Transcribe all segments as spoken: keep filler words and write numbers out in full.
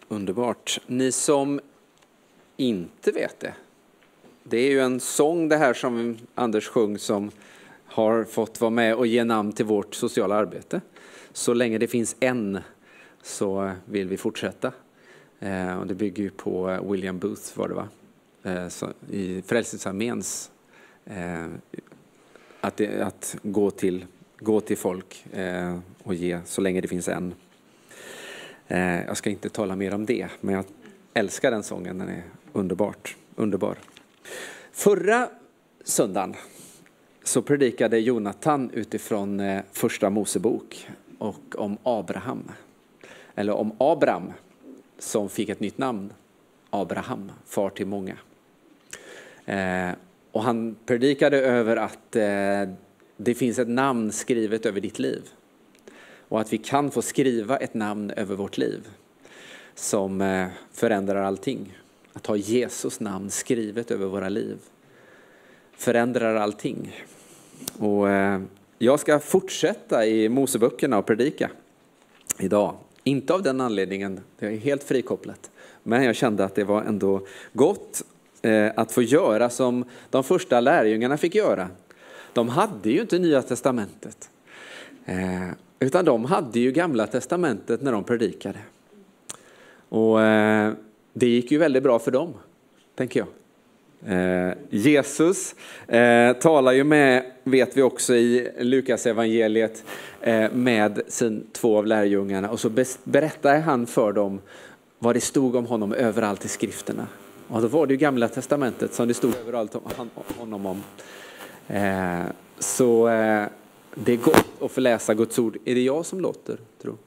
Underbart. Ni som inte vet det. Det är ju en sång det här som Anders sjöng som har fått vara med och ge namn till vårt sociala arbete. Så länge det finns en så vill vi fortsätta. Eh, och det bygger ju på William Booth var det va? Eh, så, i Frälsningsarméns eh, att, det, att gå, till, gå till folk eh, och ge så länge det finns en. Eh, jag ska inte tala mer om det, men jag älskar den sången, den är underbart, underbar. Förra söndagen så predikade Jonathan utifrån eh, första Mosebok och om Abraham. Eller om Abraham som fick ett nytt namn. Abraham, far till många. Eh, och han predikade över att eh, det finns ett namn skrivet över ditt liv. Och att vi kan få skriva ett namn över vårt liv som eh, förändrar allting. Att ha Jesus namn skrivet över våra liv förändrar allting. Och eh, jag ska fortsätta i Moseböckerna och predika idag. Inte av den anledningen, det är helt frikopplat. Men jag kände att det var ändå gott eh, att få göra som de första lärjungarna fick göra. De hade ju inte Nya testamentet. Eh, utan de hade ju Gamla testamentet när de predikade. Och eh, det gick ju väldigt bra för dem, tänker jag. Eh, Jesus eh, talar ju med, vet vi också i Lukas evangeliet, eh, med sin två av lärjungarna. Och så berättar han för dem vad det stod om honom överallt i skrifterna. Och då var det ju Gamla testamentet som det stod överallt om honom om. Eh, så eh, det är gott att få läsa Guds ord. Är det jag som låter, tror?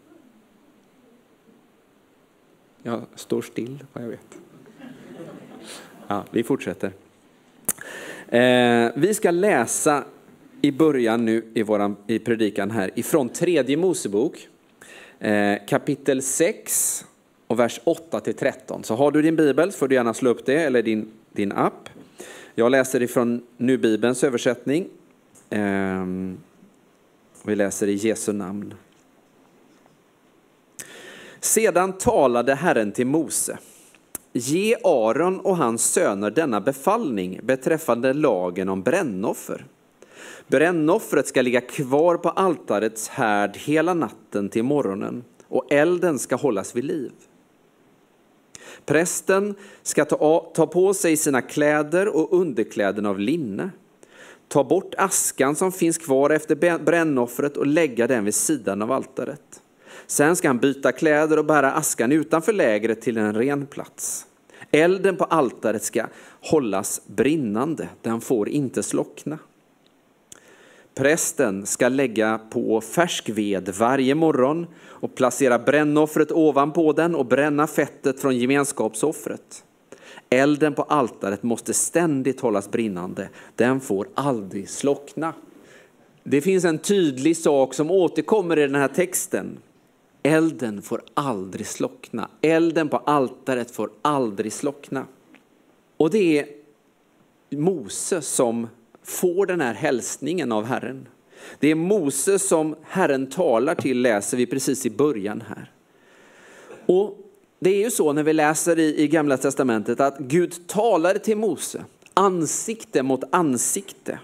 Jag står still, vad jag vet. Ja, vi fortsätter. Eh, vi ska läsa i början nu i, våran, i predikan här ifrån tredje Mosebok. Eh, kapitel sex och vers åtta till tretton. Så har du din bibel så får du gärna slå upp det eller din, din app. Jag läser ifrån Nu Bibelns översättning. Eh, vi läser i Jesu namn. Sedan talade Herren till Mose. Ge Aron och hans söner denna befallning beträffande lagen om brännoffer. Brännoffret ska ligga kvar på altarets härd hela natten till morgonen och elden ska hållas vid liv. Prästen ska ta, ta på sig sina kläder och underkläderna av linne. Ta bort askan som finns kvar efter brännoffret och lägga den vid sidan av altaret. Sen ska han byta kläder och bära askan utanför lägret till en ren plats. Elden på altaret ska hållas brinnande, den får inte slockna. Prästen ska lägga på färsk ved varje morgon och placera brännoffret ovanpå den och bränna fettet från gemenskapsoffret. Elden på altaret måste ständigt hållas brinnande, den får aldrig slockna. Det finns en tydlig sak som återkommer i den här texten. Elden får aldrig slockna. Elden på altaret får aldrig slockna. Och det är Mose som får den här hälsningen av Herren. Det är Mose som Herren talar till, läser vi precis i början här. Och det är ju så när vi läser i, i Gamla testamentet att Gud talade till Mose ansikte mot ansikte.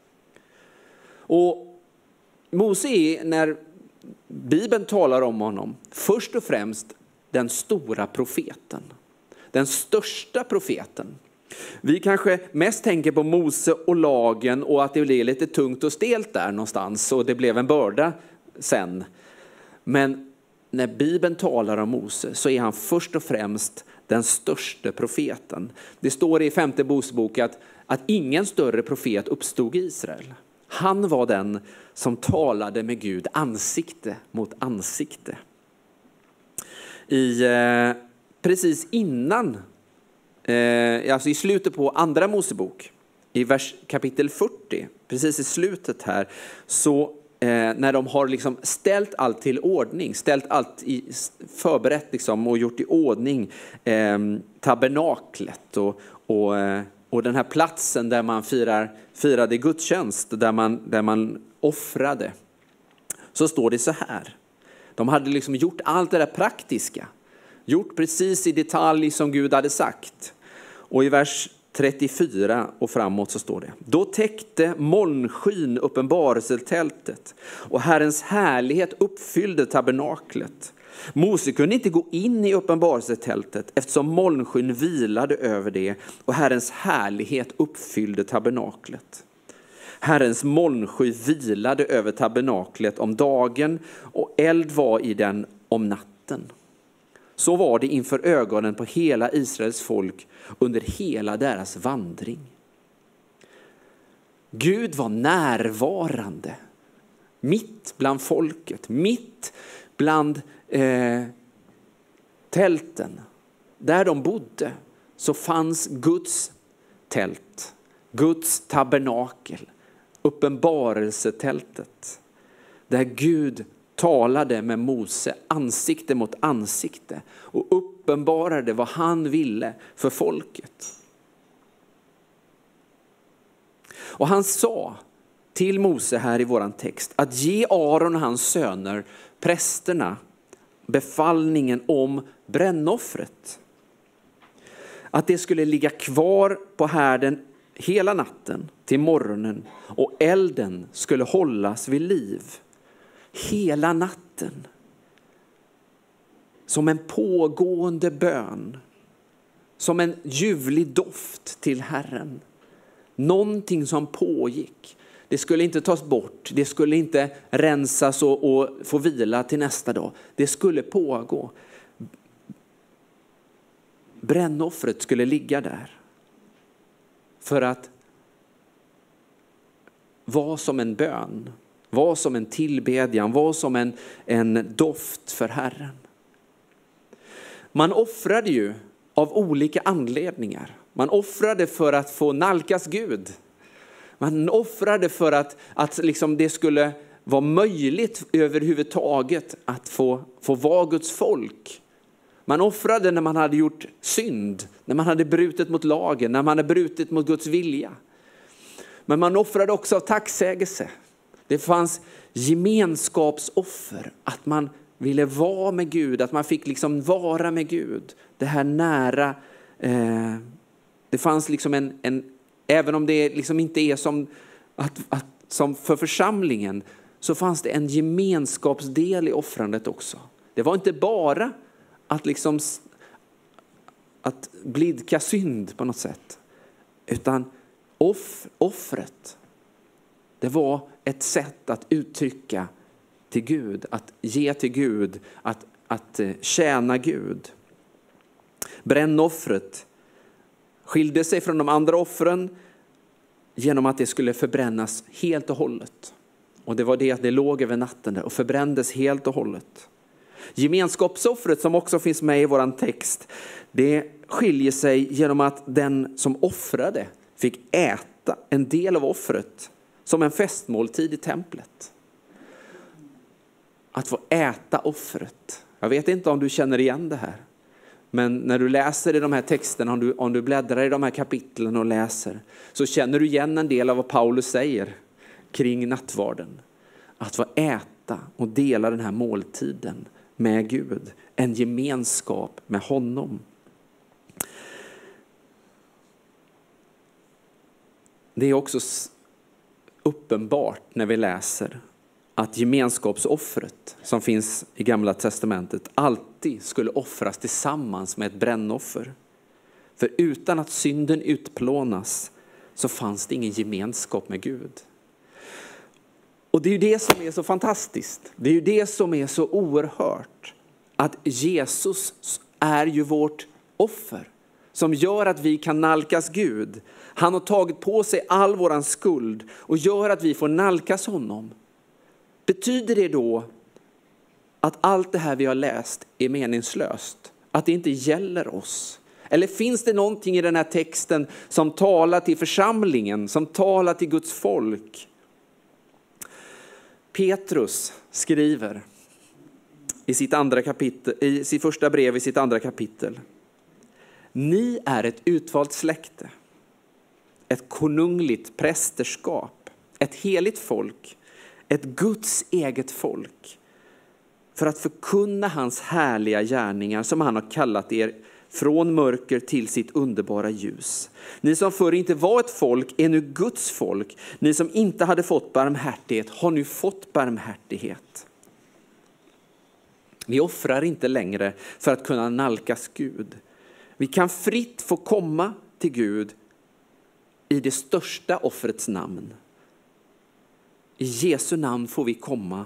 Och Mose är, när Bibeln talar om honom, först och främst den stora profeten. Den största profeten. Vi kanske mest tänker på Mose och lagen och att det blev lite tungt och stelt där någonstans och det blev en börda sen. Men när Bibeln talar om Mose så är han först och främst den största profeten. Det står i femte Mosebok att, att ingen större profet uppstod i Israel. Han var den som talade med Gud ansikte mot ansikte. I, eh, precis innan, eh, alltså i slutet på andra Mosebok, i vers kapitel fyrtio, precis i slutet här, så eh, när de har liksom ställt allt till ordning, ställt allt i, förberett liksom, och gjort i ordning eh, tabernaklet och, och eh, Och den här platsen där man firar, firade gudstjänst, där man, där man offrade, så står det så här. De hade liksom gjort allt det där praktiska. Gjort precis i detalj som Gud hade sagt. Och i vers trettiofyra och framåt så står det: då täckte molnskyn uppenbarelsetältet och Herrens härlighet uppfyllde tabernaklet. Mose kunde inte gå in i uppenbarelsetältet eftersom molnskyn vilade över det och Herrens härlighet uppfyllde tabernaklet. Herrens molnsky vilade över tabernaklet om dagen och eld var i den om natten. Så var det inför ögonen på hela Israels folk under hela deras vandring. Gud var närvarande mitt bland folket, mitt bland eh, tälten. Där de bodde så fanns Guds tält, Guds tabernakel, uppenbarelsetältet. Där Gud talade med Mose ansikte mot ansikte och uppenbarade vad han ville för folket. Och han sa till Mose här i våran text att ge Aron och hans söner, prästerna, befallningen om brännoffret. Att det skulle ligga kvar på härden hela natten till morgonen och elden skulle hållas vid liv. Hela natten. Som en pågående bön. Som en ljuvlig doft till Herren. Någonting som pågick. Det skulle inte tas bort. Det skulle inte rensas och, och få vila till nästa dag. Det skulle pågå. Brännoffret skulle ligga där. För att vara som en bön. Var som en tillbedjan, var som en, en doft för Herren. Man offrade ju av olika anledningar. Man offrade för att få nalkas Gud. Man offrade för att, att liksom det skulle vara möjligt överhuvudtaget att få, få vara Guds folk. Man offrade när man hade gjort synd, när man hade brutit mot lagen, när man hade brutit mot Guds vilja. Men man offrade också av tacksägelse. Det fanns gemenskapsoffer, att man ville vara med Gud, att man fick liksom vara med Gud. Det här nära, eh, det fanns liksom en, en, även om det liksom inte är som, att, att, som för församlingen, så fanns det en gemenskapsdel i offrandet också. Det var inte bara att liksom att blidka synd på något sätt, utan off, offret, det var ett sätt att uttrycka till Gud, att ge till Gud, att, att tjäna Gud. Brännoffret skilde sig från de andra offren genom att det skulle förbrännas helt och hållet. Och det var det att det låg över natten där och förbrändes helt och hållet. Gemenskapsoffret som också finns med i våran text, det skiljer sig genom att den som offrade fick äta en del av offret som en festmåltid i templet. Att få äta offret. Jag vet inte om du känner igen det här. Men när du läser i de här texterna, om du, om du bläddrar i de här kapitlen och läser, så känner du igen en del av vad Paulus säger kring nattvarden. Att få äta och dela den här måltiden med Gud. En gemenskap med honom. Det är också uppenbart när vi läser att gemenskapsoffret som finns i Gamla testamentet alltid skulle offras tillsammans med ett brännoffer. För utan att synden utplånas så fanns det ingen gemenskap med Gud. Och det är ju det som är så fantastiskt. Det är ju det som är så oerhört. Att Jesus är ju vårt offer som gör att vi kan nalkas Gud. Han har tagit på sig all våran skuld och gör att vi får nalkas honom. Betyder det då att allt det här vi har läst är meningslöst? Att det inte gäller oss? Eller finns det någonting i den här texten som talar till församlingen, som talar till Guds folk? Petrus skriver i sitt andra kapitel, i sitt första brev i sitt andra kapitel. Ni är ett utvalt släkte, ett konungligt prästerskap, ett heligt folk, ett Guds eget folk, för att förkunna hans härliga gärningar som han har kallat er från mörker till sitt underbara ljus. Ni som förr inte var ett folk är nu Guds folk. Ni som inte hade fått barmhärtighet har nu fått barmhärtighet. Vi offrar inte längre för att kunna nalkas Gud. Vi kan fritt få komma till Gud i det största offrets namn. I Jesu namn får vi komma.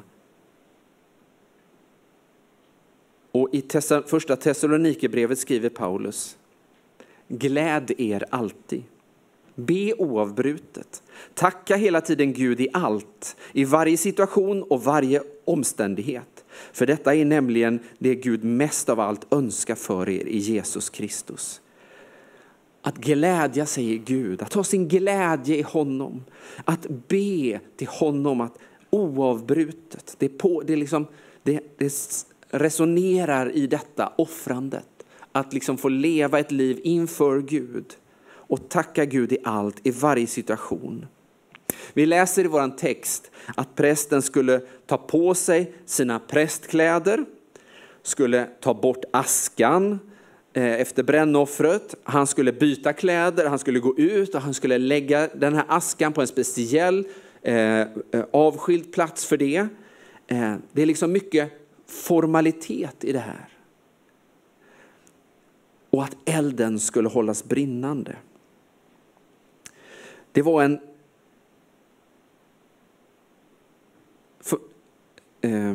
Och i Tessa, första Thessalonikerbrevet skriver Paulus: gläd er alltid. Be oavbrutet. Tacka hela tiden Gud i allt, i varje situation och varje omständighet. För detta är nämligen det Gud mest av allt önskar för er i Jesus Kristus. Att glädja sig i Gud, att ha sin glädje i honom. Att be till honom att oavbrutet. Det, på, det, liksom, det, det resonerar i detta offrandet. Att liksom få leva ett liv inför Gud. Och tacka Gud i allt, i varje situation. Vi läser i vår text att prästen skulle ta på sig sina prästkläder. Skulle ta bort askan efter brännoffret. Han skulle byta kläder, han skulle gå ut och han skulle lägga den här askan på en speciell eh, avskild plats för det. Eh, det är liksom mycket formalitet i det här. Och att elden skulle hållas brinnande. Det var en för, eh,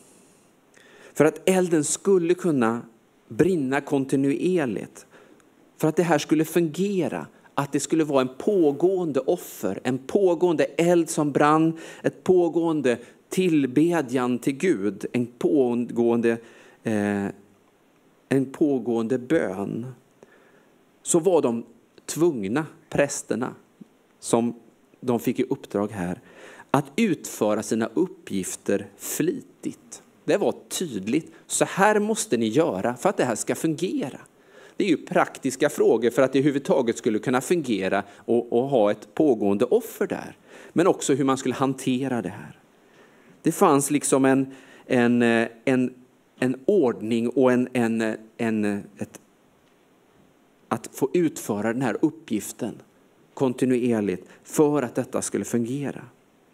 för att elden skulle kunna brinna kontinuerligt. För att det här skulle fungera. Att det skulle vara en pågående offer. En pågående eld som brann. Ett pågående tillbedjan till Gud. En pågående, eh, en pågående bön. Så var de tvungna, prästerna, som de fick i uppdrag här, att utföra sina uppgifter flitigt. Det var tydligt. Så här måste ni göra för att det här ska fungera. Det är ju praktiska frågor för att det överhuvudtaget skulle kunna fungera och, och ha ett pågående offer där. Men också hur man skulle hantera det här. Det fanns liksom en, en, en, en ordning och en, en, en, ett, att få utföra den här uppgiften kontinuerligt för att detta skulle fungera.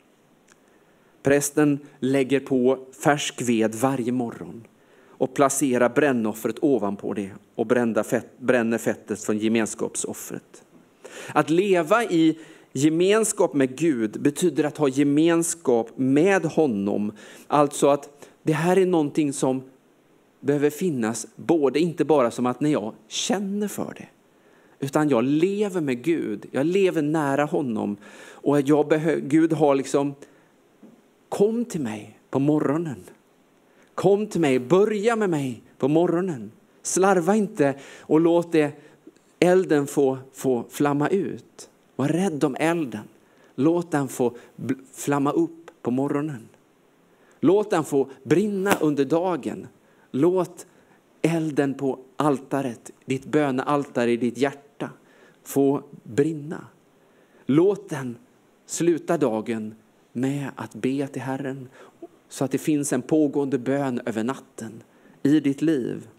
Prästen lägger på färsk ved varje morgon och placerar brännoffret ovanpå det och bränner, fett, bränner fettet från gemenskapsoffret. Att leva i gemenskap med Gud betyder att ha gemenskap med honom. Alltså att det här är någonting som behöver finnas både inte bara som att när jag känner för det. Utan jag lever med Gud. Jag lever nära honom. Och jag behöver, Gud har liksom, kom till mig på morgonen. Kom till mig, börja med mig på morgonen. Slarva inte och låt det, elden få, få flamma ut. Var rädd om elden. Låt den få flamma upp på morgonen. Låt den få brinna under dagen. Låt elden på altaret, ditt bönealtare i ditt hjärta, få brinna. Låt den sluta dagen med att be till Herren så att det finns en pågående bön över natten i ditt liv.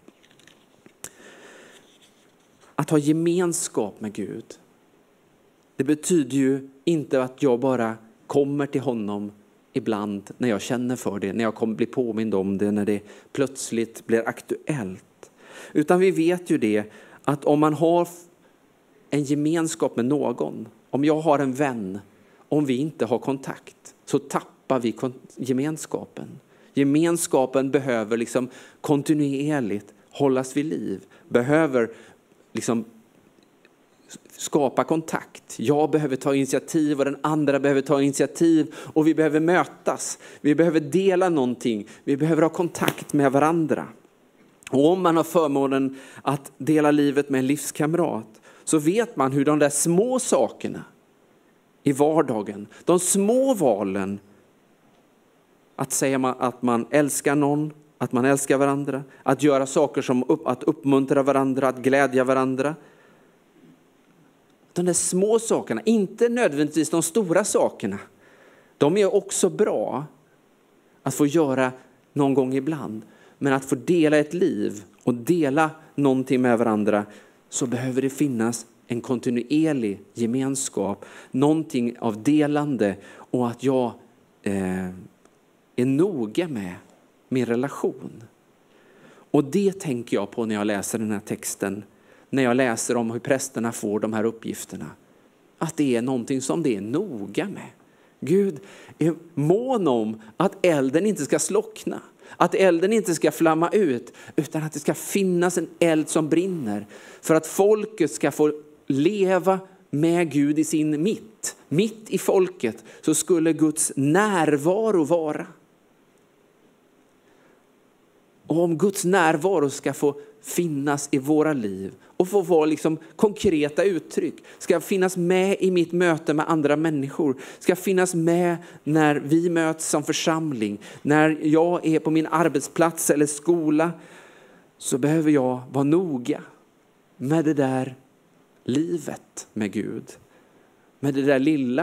Att ha gemenskap med Gud, det betyder ju inte att jag bara kommer till honom ibland när jag känner för det, när jag kommer bli påmind om det, när det plötsligt blir aktuellt. Utan vi vet ju det att om man har en gemenskap med någon, om jag har en vän, om vi inte har kontakt så tappar vi gemenskapen. Gemenskapen behöver liksom kontinuerligt hållas vid liv, behöver liksom skapa kontakt. Jag behöver ta initiativ och den andra behöver ta initiativ och vi behöver mötas. Vi behöver dela någonting. Vi behöver ha kontakt med varandra. Och om man har förmånen att dela livet med en livskamrat så vet man hur de där små sakerna i vardagen, de små valen, att säga att man älskar någon, att man älskar varandra, att göra saker som upp, att uppmuntra varandra, att glädja varandra. De där små sakerna, inte nödvändigtvis de stora sakerna, de är också bra att få göra någon gång ibland. Men att få dela ett liv och dela någonting med varandra, så behöver det finnas en kontinuerlig gemenskap. Någonting av delande, och att jag eh, är noga med min relation. Och det tänker jag på när jag läser den här texten. När jag läser om hur prästerna får de här uppgifterna. Att det är någonting som det är noga med. Gud är mån om att elden inte ska slockna. Att elden inte ska flamma ut, utan att det ska finnas en eld som brinner. För att folket ska få leva med Gud i sin mitt. Mitt i folket så skulle Guds närvaro vara. Och om Guds närvaro ska få finnas i våra liv och få vara liksom konkreta uttryck, ska finnas med i mitt möte med andra människor, ska finnas med när vi möts som församling, när jag är på min arbetsplats eller skola, så behöver jag vara noga med det där livet med Gud. Med det där lilla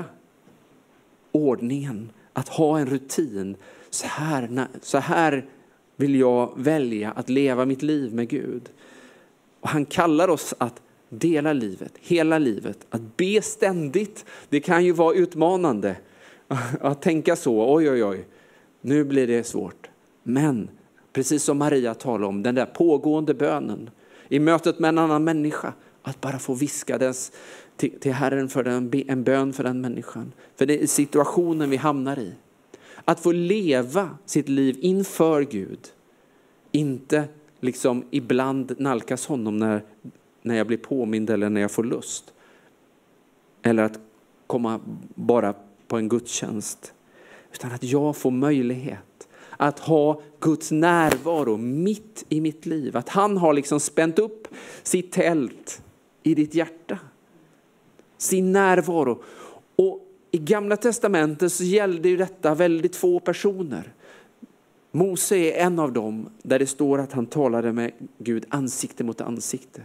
ordningen, att ha en rutin. Så här, så här vill jag välja att leva mitt liv med Gud. Och han kallar oss att dela livet, hela livet. Att be ständigt. Det kan ju vara utmanande att tänka så. Oj, oj, oj. Nu blir det svårt. Men precis som Maria talade om, den där pågående bönen. I mötet med en annan människa. Att bara få viska dess till, till Herren för den, en bön för den människan. För det är situationen vi hamnar i. Att få leva sitt liv inför Gud. Inte liksom ibland nalkas honom när, när jag blir påmind eller när jag får lust. Eller att komma bara på en gudstjänst. Utan att jag får möjlighet att ha Guds närvaro mitt i mitt liv. Att han har liksom spänt upp sitt tält i ditt hjärta. Sin närvaro. Och i Gamla testamentet så gällde ju detta väldigt få personer. Mose är en av dem där det står att han talade med Gud ansikte mot ansikte.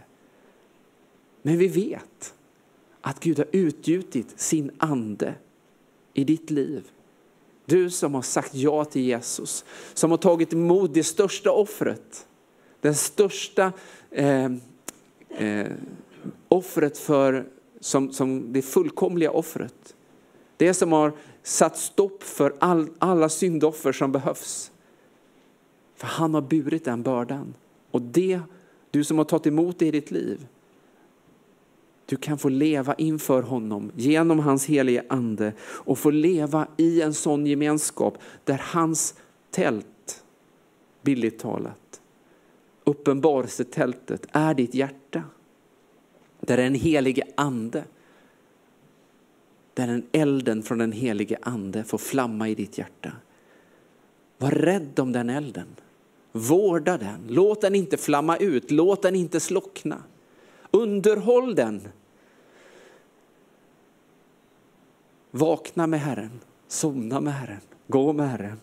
Men vi vet att Gud har utgjutit sin ande i ditt liv. Du som har sagt ja till Jesus, som har tagit emot det största offret. Den största eh, eh, offret för, som, som det fullkomliga offret. Det som har satt stopp för all, alla syndoffer som behövs. För han har burit den bördan. Och det, du som har tagit emot det i ditt liv. Du kan få leva inför honom genom hans helige ande. Och få leva i en sån gemenskap där hans tält, billigt talat, uppenbarelsetältet är ditt hjärta. Där en helige ande, där en elden från den helige ande får flamma i ditt hjärta. Var rädd om den elden. Vårda den. Låt den inte flamma ut. Låt den inte slockna. Underhåll den. Vakna med Herren. Somna med Herren. Gå med Herren.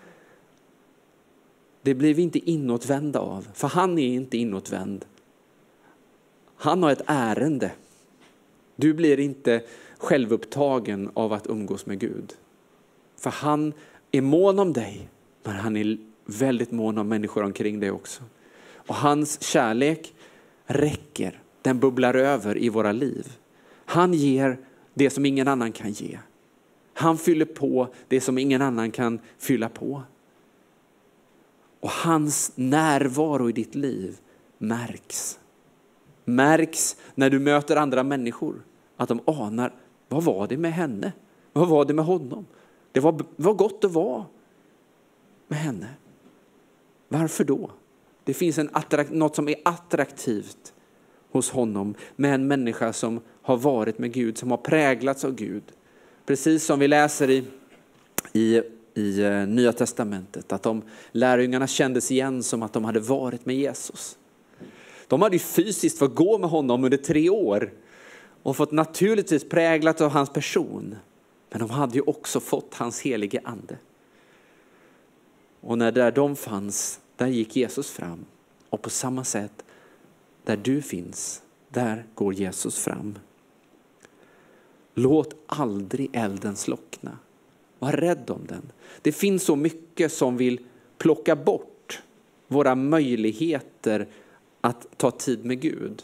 Det blir vi inte inåtvända av. För han är inte inåtvänd. Han har ett ärende. Du blir inte självupptagen av att umgås med Gud. För han är mån om dig. Men han är väldigt mån om människor omkring dig också. Och hans kärlek räcker. Den bubblar över i våra liv. Han ger det som ingen annan kan ge. Han fyller på det som ingen annan kan fylla på. Och hans närvaro i ditt liv märks. Märks när du möter andra människor. Att de anar, vad var det med henne? Vad var det med honom? Det var, var gott att vara med henne. Varför då? Det finns en attrakt, något som är attraktivt hos honom. Med en människa som har varit med Gud. Som har präglats av Gud. Precis som vi läser i, i, i uh, Nya testamentet. Att de lärjungarna kändes igen som att de hade varit med Jesus. De hade ju fysiskt fått gå med honom under tre år. Och fått naturligtvis präglat av hans person. Men de hade ju också fått hans helige ande. Och när där de fanns, där gick Jesus fram. Och på samma sätt, där du finns, där går Jesus fram. Låt aldrig elden slockna. Var rädd om den. Det finns så mycket som vill plocka bort våra möjligheter att ta tid med Gud.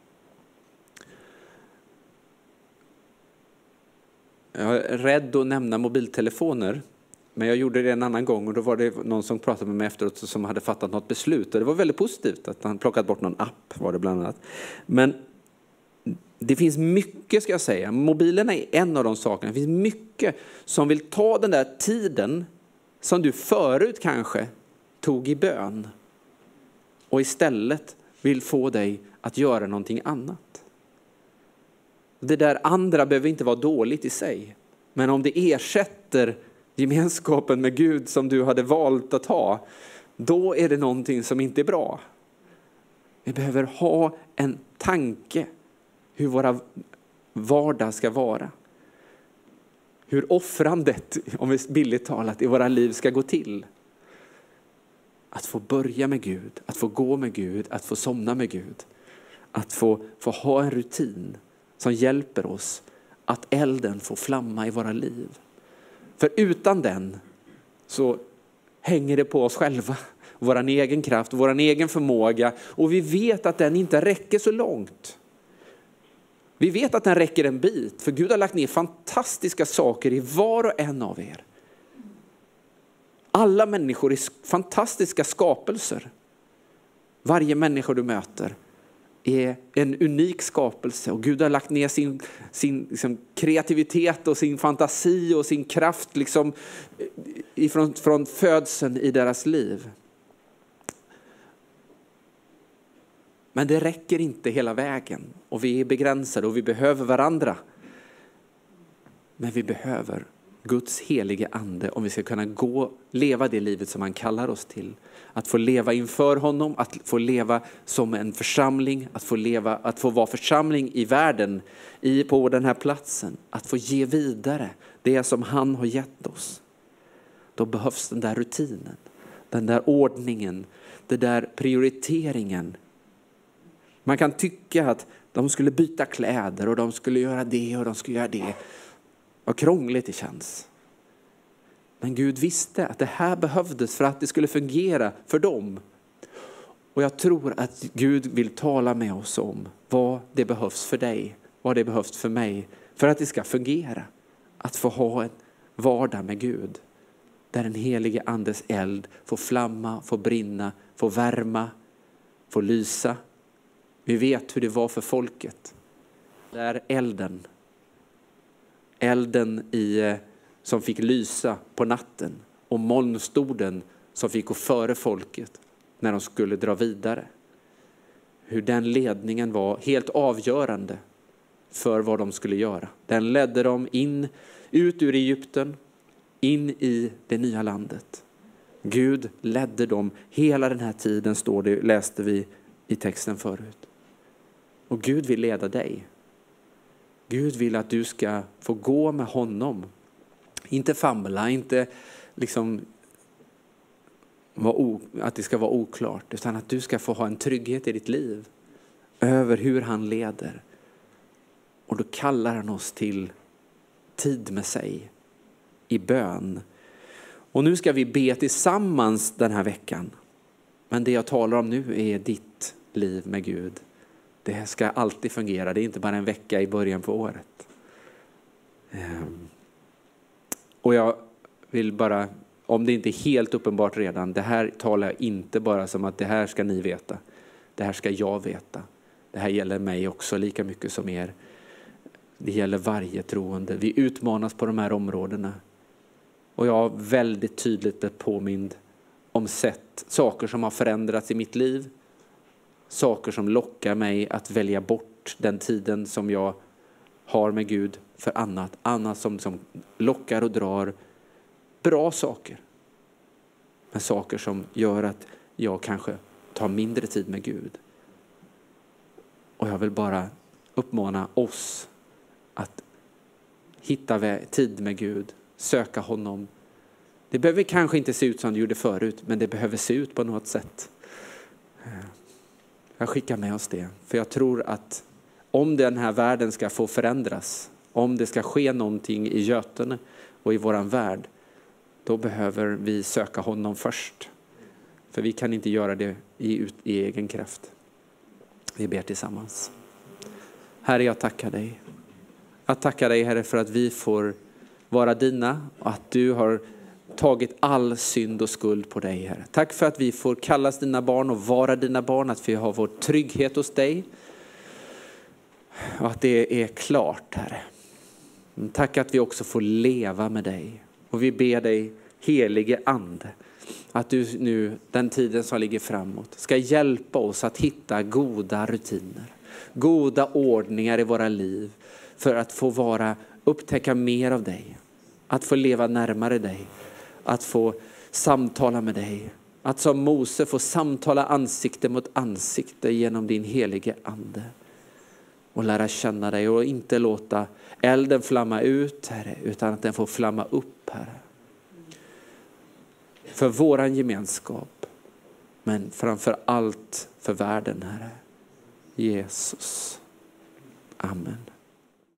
Jag är rädd att nämna mobiltelefoner, men jag gjorde det en annan gång och då var det någon som pratade med mig efteråt som hade fattat något beslut och det var väldigt positivt att han plockat bort någon app var det bland annat. Men det finns mycket, ska jag säga, mobilerna är en av de sakerna. Det finns mycket som vill ta den där tiden som du förut kanske tog i bön och istället vill få dig att göra någonting annat. Det där andra behöver inte vara dåligt i sig. Men om det ersätter gemenskapen med Gud som du hade valt att ha, då är det någonting som inte är bra. Vi behöver ha en tanke hur våra vardag ska vara. Hur offrandet, om vi billigt talat, i våra liv ska gå till. Att få börja med Gud, att få gå med Gud, att få somna med Gud. Att få, få ha en rutin som hjälper oss att elden får flamma i våra liv. För utan den så hänger det på oss själva. Vår egen kraft, vår egen förmåga. Och vi vet att den inte räcker så långt. Vi vet att den räcker en bit. För Gud har lagt ner fantastiska saker i var och en av er. Alla människor är fantastiska skapelser. Varje människa du möter är en unik skapelse. Och Gud har lagt ner sin, sin liksom, kreativitet och sin fantasi och sin kraft liksom, ifrån, från födseln i deras liv. Men det räcker inte hela vägen. Och vi är begränsade och vi behöver varandra. Men vi behöver Guds helige ande om vi ska kunna gå, leva det livet som han kallar oss till. Att få leva inför honom, att få leva som en församling, att få leva, att få vara församling i världen, i, på den här platsen. Att få ge vidare det som han har gett oss. Då behövs den där rutinen, den där ordningen, den där prioriteringen. Man kan tycka att de skulle byta kläder och de skulle göra det och de skulle göra det. Vad krångligt det känns. Men Gud visste att det här behövdes för att det skulle fungera för dem. Och jag tror att Gud vill tala med oss om vad det behövs för dig. Vad det behövs för mig. För att det ska fungera. Att få ha en vardag med Gud. Där den helige andes eld får flamma, får brinna, får värma, får lysa. Vi vet hur det var för folket. Där elden. Elden i, som fick lysa på natten. Och molnstoden som fick gå före folket när de skulle dra vidare. Hur den ledningen var helt avgörande för vad de skulle göra. Den ledde dem in, ut ur Egypten, in i det nya landet. Gud ledde dem hela den här tiden, står det, läste vi i texten förut. Och Gud vill leda dig. Gud vill att du ska få gå med honom. Inte famla, inte liksom att det ska vara oklart. Utan att du ska få ha en trygghet i ditt liv. Över hur han leder. Och då kallar han oss till tid med sig. I bön. Och nu ska vi be tillsammans den här veckan. Men det jag talar om nu är ditt liv med Gud. Det ska alltid fungera. Det är inte bara en vecka i början på året. Och jag vill bara, om det inte är helt uppenbart redan. Det här talar jag inte bara som att det här ska ni veta. Det här ska jag veta. Det här gäller mig också lika mycket som er. Det gäller varje troende. Vi utmanas på de här områdena. Och jag har väldigt tydligt blivit påmind om sätt, saker som har förändrats i mitt liv. Saker som lockar mig att välja bort den tiden som jag har med Gud för annat. Annat som, som lockar och drar bra saker. Men saker som gör att jag kanske tar mindre tid med Gud. Och jag vill bara uppmana oss att hitta tid med Gud. Söka honom. Det behöver kanske inte se ut som det gjorde förut. Men det behöver se ut på något sätt. Jag skickar med oss det. För jag tror att om den här världen ska få förändras. Om det ska ske någonting i Götene och i våran värld. Då behöver vi söka honom först. För vi kan inte göra det i, i egen kraft. Vi ber tillsammans. Herre, jag tackar dig. Jag tackar dig, Herre, för att vi får vara dina och att du har tagit all synd och skuld på dig, Herre. Tack för att vi får kallas dina barn och vara dina barn, att vi har vår trygghet hos dig och att det är klart, Herre. Tack att vi också får leva med dig. Och vi ber dig, helige ande, att du nu, den tiden som ligger framåt, ska hjälpa oss att hitta goda rutiner, goda ordningar i våra liv för att få vara, upptäcka mer av dig, att få leva närmare dig, att få samtala med dig, att som Mose få samtala ansikte mot ansikte genom din helige ande och lära känna dig och inte låta elden flamma ut, Herre, utan att den får flamma upp, Herre. För våran gemenskap, men framför allt för världen, Herre. Jesus. Amen.